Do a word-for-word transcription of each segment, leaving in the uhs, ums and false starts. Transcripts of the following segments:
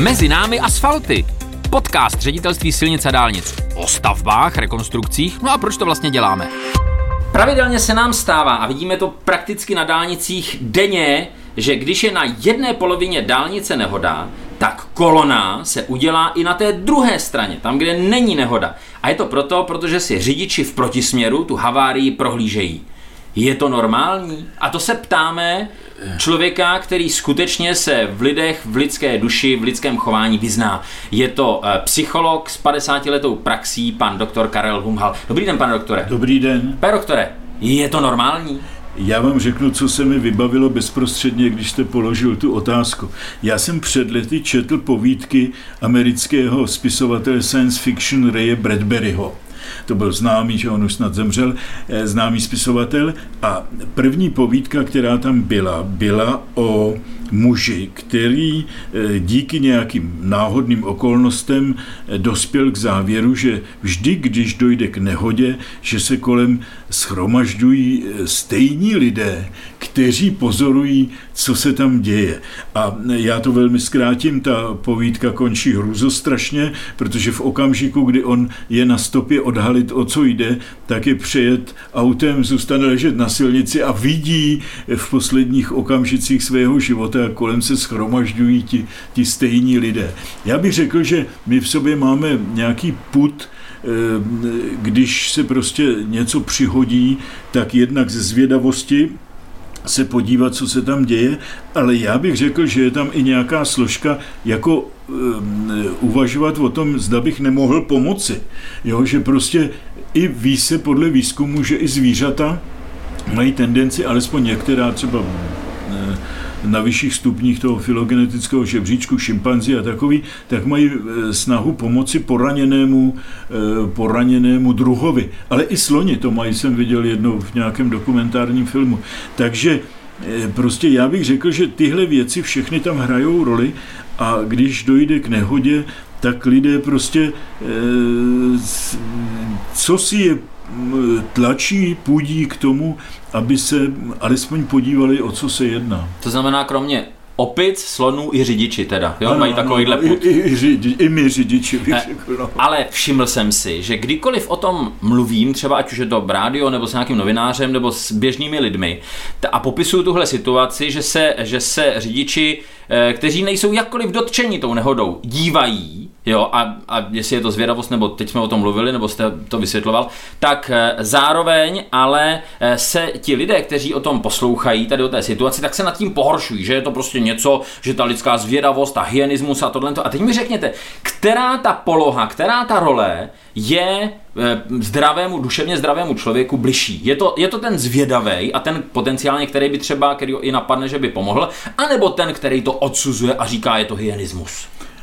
Mezi námi asfalty. Podcast Ředitelství silnic a dálnic o stavbách, rekonstrukcích, no a proč to vlastně děláme. Pravidelně se nám stává, a vidíme to prakticky na dálnicích denně, že když je na jedné polovině dálnice nehoda, tak kolona se udělá i na té druhé straně, tam, kde není nehoda. A je to proto, protože si řidiči v protisměru tu havárii prohlížejí. Je to normální? A to se ptáme člověka, který skutečně se v lidech, v lidské duši, v lidském chování vyzná. Je to psycholog s padesátiletou praxí, pan doktor Karel Humhal. Dobrý den, pane doktore. Dobrý den. Pane doktore, je to normální? Já vám řeknu, co se mi vybavilo bezprostředně, když jste položil tu otázku. Já jsem před lety četl povídky amerického spisovatele science fiction Raye Bradburyho. To byl známý, že on už snad zemřel, známý spisovatel. A první povídka, která tam byla, byla o muži, který díky nějakým náhodným okolnostem dospěl k závěru, že vždy, když dojde k nehodě, že se kolem shromažďují stejní lidé, kteří pozorují, co se tam děje. A já to velmi zkrátím, ta povídka končí hrůzostrašně, protože v okamžiku, kdy on je na stopě odhalit, o co jde, tak je přejet autem, zůstane ležet na silnici a vidí v posledních okamžicích svého života, jak kolem se shromažďují ti, ti stejní lidé. Já bych řekl, že my v sobě máme nějaký pud, když se prostě něco přihodí, tak jednak ze zvědavosti se podívat, co se tam děje, ale já bych řekl, že je tam i nějaká složka jako um, uvažovat o tom, zda bych nemohl pomoci. Jo, že prostě i ví se podle výzkumu, že i zvířata mají tendenci, alespoň některá třeba na vyšších stupních toho filogenetického žebříčku, šimpanzi a takový, tak mají snahu pomoci poraněnému, poraněnému druhovi. Ale i sloni to mají, jsem viděl jednou v nějakém dokumentárním filmu. Takže prostě já bych řekl, že tyhle věci všechny tam hrajou roli a když dojde k nehodě, tak lidé prostě co si je tlačí, půdí k tomu, aby se alespoň podívali, o co se jedná. To znamená, kromě opic, slonů i řidiči teda, jo? Ano, mají takovýhle pud. I, i, řidi, I my řidiči, bych řekl. No. Ale všiml jsem si, že kdykoliv o tom mluvím, třeba ať už je to v rádiu, nebo s nějakým novinářem, nebo s běžnými lidmi, a popisuju tuhle situaci, že se, že se řidiči, kteří nejsou jakkoliv dotčeni tou nehodou, dívají, jo, a, a jestli je to zvědavost, nebo teď jsme o tom mluvili, nebo jste to vysvětloval, tak zároveň ale se ti lidé, kteří o tom poslouchají, tady o té situaci, tak se nad tím pohoršují, že je to prostě něco, že ta lidská zvědavost, ta hyenismus a tohle. A teď mi řekněte, která ta poloha, která ta role je zdravému, duševně zdravému člověku bližší. Je to, je to ten zvědavej a ten potenciálně, který by třeba, který i napadne, že by pomohl, anebo ten, který to odsuzuje a říká, je to hyenismus?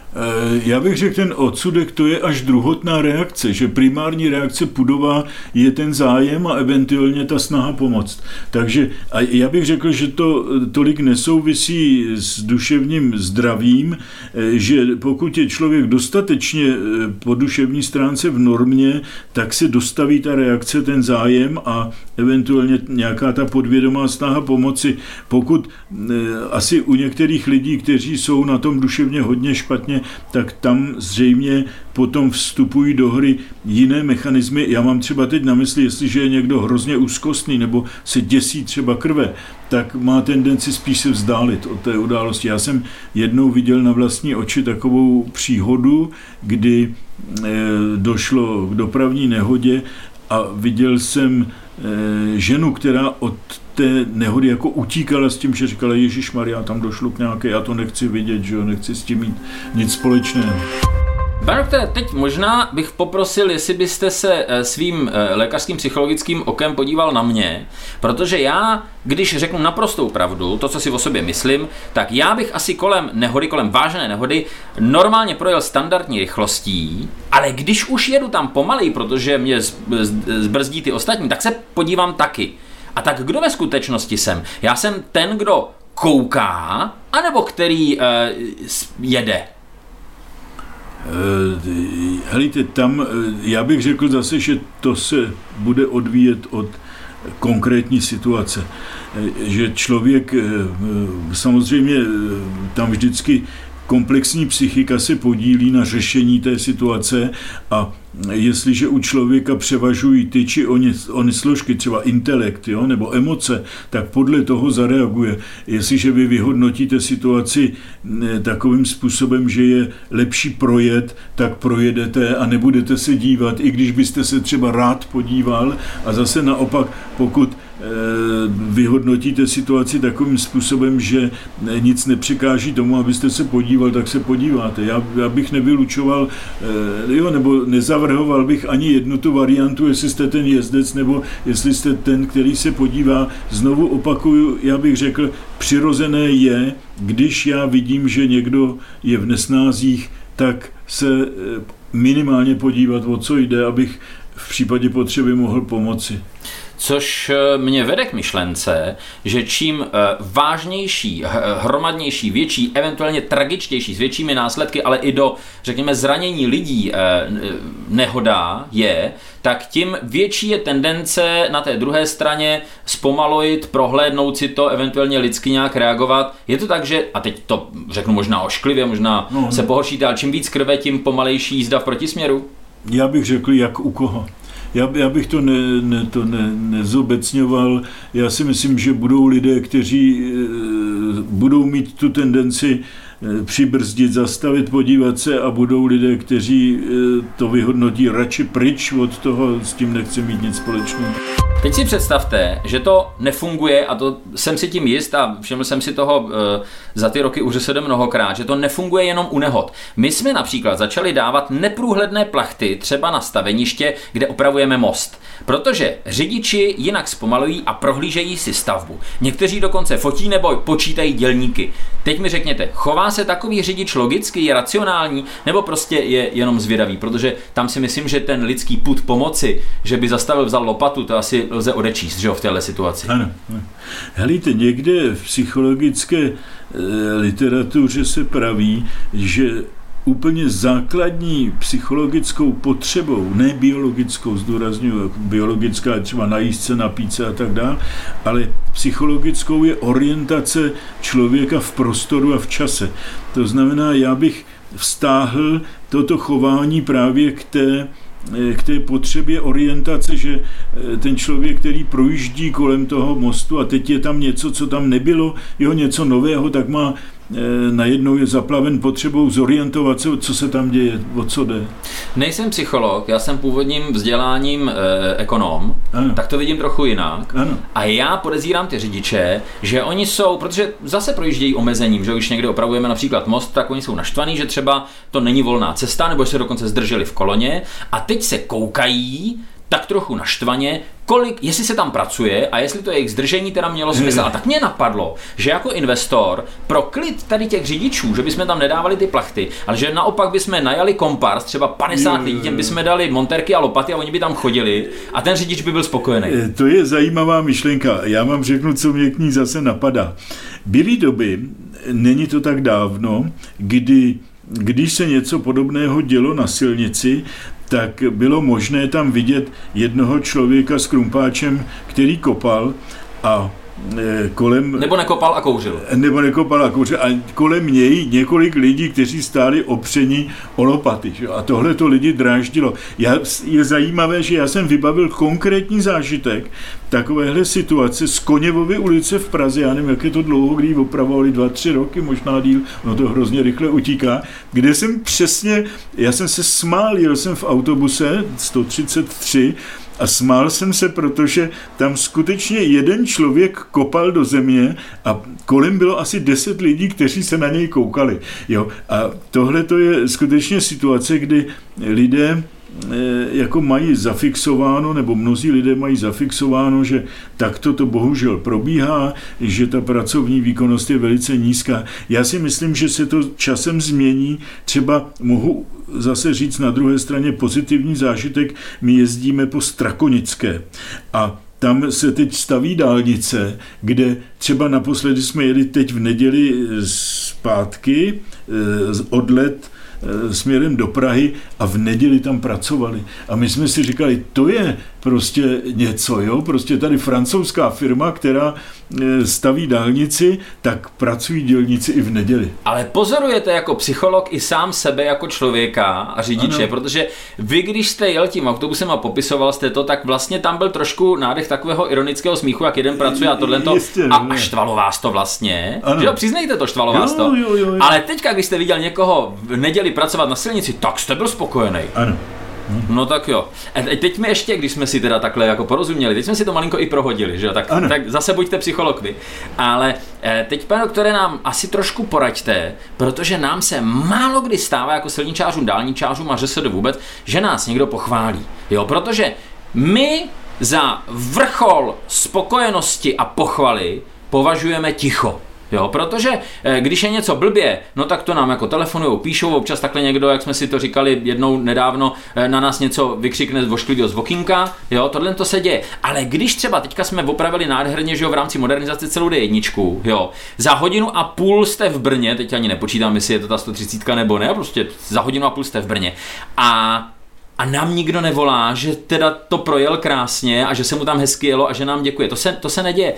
Já bych řekl, ten odsudek, to je až druhotná reakce, že primární reakce pudová je ten zájem a eventuálně ta snaha pomoct. Takže a já bych řekl, že to tolik nesouvisí s duševním zdravím, že pokud je člověk dostatečně po duševní stránce v normě, tak se dostaví ta reakce, ten zájem a eventuálně nějaká ta podvědomá snaha pomoci. Pokud asi u některých lidí, kteří jsou na tom duševně hodně špatně, tak tam zřejmě potom vstupují do hry jiné mechanismy. Já mám třeba teď na mysli, jestliže je někdo hrozně úzkostný nebo se děsí třeba krve, tak má tendenci spíš se vzdálit od té události. Já jsem jednou viděl na vlastní oči takovou příhodu, kdy došlo k dopravní nehodě a viděl jsem ženu, která od té nehody jako utíkala s tím, že říkala, Ježišmarja, tam došlo k nějaké, já to nechci vidět, že jo, nechci s tím mít nic společného. Pane doktore, teď možná bych poprosil, jestli byste se svým lékařským psychologickým okem podíval na mě, protože já, když řeknu naprostou pravdu, to, co si o sobě myslím, tak já bych asi kolem nehody, kolem vážné nehody, normálně projel standardní rychlostí, ale když už jedu tam pomalej, protože mě zbrzdí ty ostatní, tak se podívám taky. A tak kdo ve skutečnosti jsem? Já jsem ten, kdo kouká, anebo který uh, jede? Helejte, tam já bych řekl zase, že to se bude odvíjet od konkrétní situace. Že člověk samozřejmě tam vždycky komplexní psychika se podílí na řešení té situace a jestliže u člověka převažují ty či ony, ony složky, třeba intelekt, jo, nebo emoce, tak podle toho zareaguje. Jestliže vy vyhodnotíte situaci takovým způsobem, že je lepší projet, tak projedete a nebudete se dívat, i když byste se třeba rád podíval. A zase naopak, pokud vyhodnotíte situaci takovým způsobem, že nic nepřekáží tomu, abyste se podíval, tak se podíváte. Já, já bych nevylučoval, jo, nebo nezavrhoval bych ani jednu tu variantu, jestli jste ten jezdec, nebo jestli jste ten, který se podívá. Znovu opakuju, já bych řekl, přirozené je, když já vidím, že někdo je v nesnázích, tak se minimálně podívat, o co jde, abych v případě potřeby mohl pomoci. Což mě vede k myšlence, že čím vážnější, hromadnější, větší, eventuálně tragičtější, s většími následky, ale i do, řekněme, zranění lidí nehoda je, tak tím větší je tendence na té druhé straně zpomalit, prohlédnout si to, eventuálně lidsky nějak reagovat. Je to tak, že, a teď to řeknu možná ošklivě, možná no, se pohoršíte, ale čím víc krve, tím pomalejší jízda v protisměru? Já bych řekl, jak u koho. Já, já bych to, ne, ne, to ne, nezobecňoval. Já si myslím, že budou lidé, kteří e, budou mít tu tendenci e, přibrzdit, zastavit, podívat se a budou lidé, kteří e, to vyhodnotí radši pryč od toho, s tím nechci mít nic společného. Teď si představte, že to nefunguje a to jsem si tím jist a všiml jsem si toho e, za ty roky už se mnohokrát, že to nefunguje jenom u nehod. My jsme například začali dávat neprůhledné plachty třeba na staveniště, kde opravujeme most, protože řidiči jinak zpomalují a prohlížejí si stavbu. Někteří dokonce fotí nebo počítají dělníky. Teď mi řekněte, chová se takový řidič logicky, je racionální, nebo prostě je jenom zvědavý, protože tam si myslím, že ten lidský pud pomoci, že by zastavil, vzal lopatu, to asi lze odečíst, že jo, v téhle situaci. Ano. Helejte, někde v psychologické e, literatuře se praví, že úplně základní psychologickou potřebou, ne biologickou, zdůrazňuji, biologická je třeba najíst se, napít se a tak dále, ale psychologickou je orientace člověka v prostoru a v čase. To znamená, já bych vztáhl toto chování právě k té k té potřebě orientace, že ten člověk, který projíždí kolem toho mostu a teď je tam něco, co tam nebylo, jeho něco nového, tak má najednou je zaplaven potřebou zorientovat se, co se tam děje, o co jde. Nejsem psycholog, já jsem původním vzděláním e, ekonom, ano. Tak to vidím trochu jinak. Ano. A já podezírám ty řidiče, že oni jsou, protože zase projíždějí omezením, že když někde opravujeme například most, tak oni jsou naštvaní, že třeba to není volná cesta, nebo se dokonce zdrželi v koloně a teď se koukají tak trochu naštvaně, kolik, jestli se tam pracuje a jestli to jejich zdržení teda mělo smysl. A tak mě napadlo, že jako investor pro klid tady těch řidičů, že bychom tam nedávali ty plachty, ale že naopak bychom najali kompars, třeba padesát lidí, těm bychom dali monterky a lopaty a oni by tam chodili a ten řidič by byl spokojený. To je zajímavá myšlenka. Já vám řeknu, co mě k ní zase napadá. Byly doby, není to tak dávno, kdy když se něco podobného dělo na silnici, tak bylo možné tam vidět jednoho člověka s krumpáčem, který kopal a kolem... Nebo nekopal a kouřil. Nebo nekopal a kouřil. A kolem něj několik lidí, kteří stáli opření o lopaty. Že? A tohle to lidi dráždilo. Já, je zajímavé, že já jsem vybavil konkrétní zážitek takovéhle situace z Koněvovy ulice v Praze, já nevím, jak je to dlouho, kdy opravovali dva, tři roky, možná díl, no to hrozně rychle utíká, kde jsem přesně, já jsem se smál, jel jsem v autobuse sto třicet tři a smál jsem se, protože tam skutečně jeden člověk kopal do země a kolem bylo asi deset lidí, kteří se na něj koukali. Jo? A tohle to je skutečně situace, kdy lidé jako mají zafixováno, nebo mnozí lidé mají zafixováno, že takto to bohužel probíhá, že ta pracovní výkonnost je velice nízká. Já si myslím, že se to časem změní. Třeba mohu zase říct na druhé straně pozitivní zážitek. My jezdíme po Strakonické a tam se teď staví dálnice, kde třeba naposledy jsme jeli teď v neděli zpátky, odlet směrem do Prahy a v neděli tam pracovali. A my jsme si říkali, to je prostě něco, jo, prostě tady francouzská firma, která staví dálnici, tak pracují dělníci i v neděli. Ale pozorujete jako psycholog i sám sebe jako člověka a řidiče, ano. Protože vy, když jste jel tím autobusem a popisoval jste to, tak vlastně tam byl trošku nádech takového ironického smíchu, jak jeden pracuje a tohle to a, a štvalo vás to vlastně. Ano. Že jo, přiznejte to, štvalo vás to. Jo, jo, jo, jo. Ale teďka, když jste viděl někoho v neděli pracovat na silnici, tak jste byl spokojený. Ano. No tak jo. E, teď mi ještě, když jsme si teda takhle jako porozuměli, teď jsme si to malinko i prohodili, že jo, tak, tak zase buďte psycholog vy. Ale e, teď, pane doktore, nám asi trošku poraďte, protože nám se málo kdy stává jako silničářům, dálničářům a ŘSD vůbec, že nás někdo pochválí. Jo, protože my za vrchol spokojenosti a pochvaly považujeme ticho. Jo, protože když je něco blbě, no tak to nám jako telefonujou, píšou, občas takhle někdo, jak jsme si to říkali jednou nedávno, na nás něco vykřikne vošklivého z okýnka, jo, tohle to se děje. Ale když třeba teďka jsme opravili nádherně, že jo, v rámci modernizace celou D jedna, jo, za hodinu a půl jste v Brně, teď ani nepočítám, jestli je to ta sto třicet nebo ne, prostě za hodinu a půl jste v Brně. A A nám nikdo nevolá, že teda to projel krásně a že se mu tam hezky jelo a že nám děkuje. To se, to se neděje.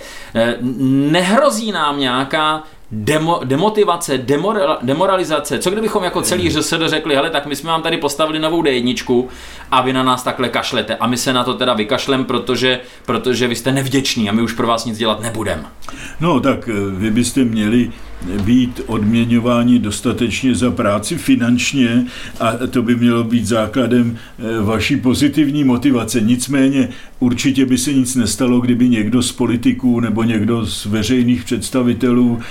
Nehrozí nám nějaká demo, demotivace, demora, demoralizace. Co kdybychom jako celý ŘSD řekli, hele, tak my jsme vám tady postavili novou D jedna a vy na nás takhle kašlete a my se na to teda vykašlem, protože, protože vy jste nevděční a my už pro vás nic dělat nebudeme. No tak vy byste měli být odměňováni dostatečně za práci finančně a to by mělo být základem vaší pozitivní motivace. Nicméně určitě by se nic nestalo, kdyby někdo z politiků nebo někdo z veřejných představitelů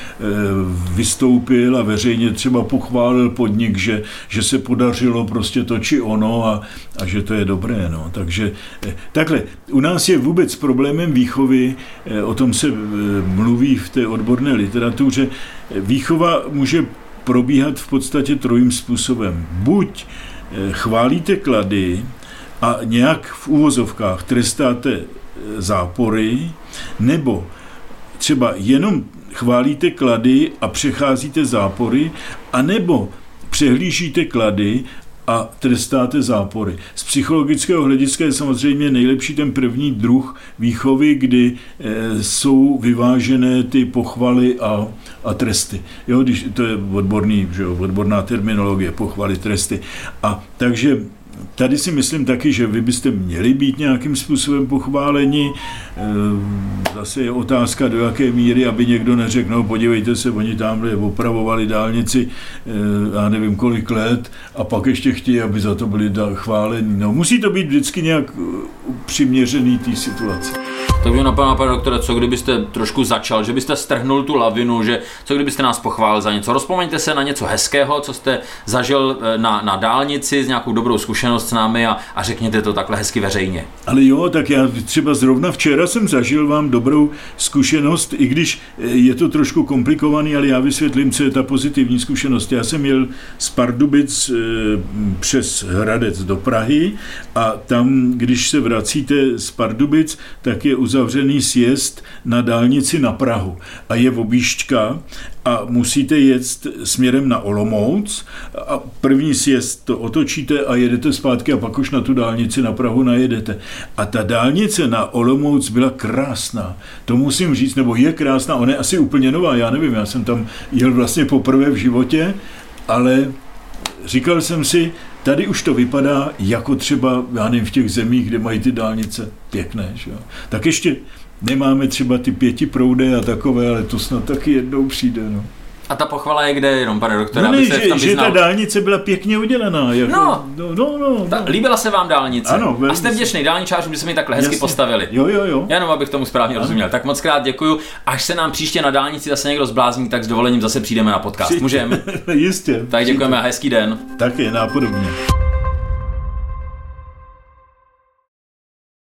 vystoupil a veřejně třeba pochválil podnik, že, že se podařilo prostě to či ono a, a že to je dobré. No. Takže takhle, u nás je vůbec problémem výchovy, o tom se mluví v té odborné literatuře. Výchova může probíhat v podstatě trojím způsobem. Buď chválíte klady a nějak v uvozovkách trestáte zápory, nebo třeba jenom chválíte klady a přecházíte zápory, anebo přehlížíte klady a trestáte zápory. Z psychologického hlediska je samozřejmě nejlepší ten první druh výchovy, kdy e, jsou vyvážené ty pochvaly a, a tresty. Jo, když, to je odborný, že jo, odborná terminologie, pochvaly, tresty. A takže tady si myslím taky, že vy byste měli být nějakým způsobem pochváleni. Zase je otázka, do jaké míry, aby někdo neřekl, no podívejte se, oni tamhle opravovali dálnici, já nevím kolik let, a pak ještě chtějí, aby za to byli chváleni. No, musí to být vždycky nějak přiměřený té situaci. Tak mě napadá, pane doktore, co kdybyste trošku začal, že byste strhnul tu lavinu, že co kdybyste nás pochválil za něco. Rozpomeňte se na něco hezkého, co jste zažil na, na dálnici, s nějakou dobrou zkušenost s námi a, a řekněte to takhle hezky veřejně. Ale jo, tak já třeba zrovna včera jsem zažil vám dobrou zkušenost, i když je to trošku komplikovaný, ale já vysvětlím, co je ta pozitivní zkušenost. Já jsem jel z Pardubic přes Hradec do Prahy a tam, když se vracíte z Pardubic, tak je uzavřený sjezd na dálnici na Prahu a je objížďka a musíte jet směrem na Olomouc a první sjezd to otočíte a jedete zpátky a pak už na tu dálnici na Prahu najedete. A ta dálnice na Olomouc byla krásná. To musím říct, nebo je krásná, ona je asi úplně nová, já nevím, já jsem tam jel vlastně poprvé v životě, ale říkal jsem si, tady už to vypadá jako třeba, já nevím, v těch zemích, kde mají ty dálnice pěkné. Že? Tak ještě nemáme třeba ty pětiproudy a takové, ale to snad taky jednou přijde. No. A ta pochvala je kde jenom, pane doktore? No ne, že, že ta dálnice byla pěkně udělaná. Jako, no, no, no, no, ta, líbila se vám dálnice? Ano, a jste vděčný dálničářům, že jsme ji takhle hezky jasně postavili. Jo, jo, jo. Jenom abych tomu správně ano. rozuměl. Tak moc krát děkuju. Až se nám příště na dálnici zase někdo zblázní, tak s dovolením zase přijdeme na podcast. Můžeme? Jistě. Tak děkujeme a hezký den. Taky, nápodobně.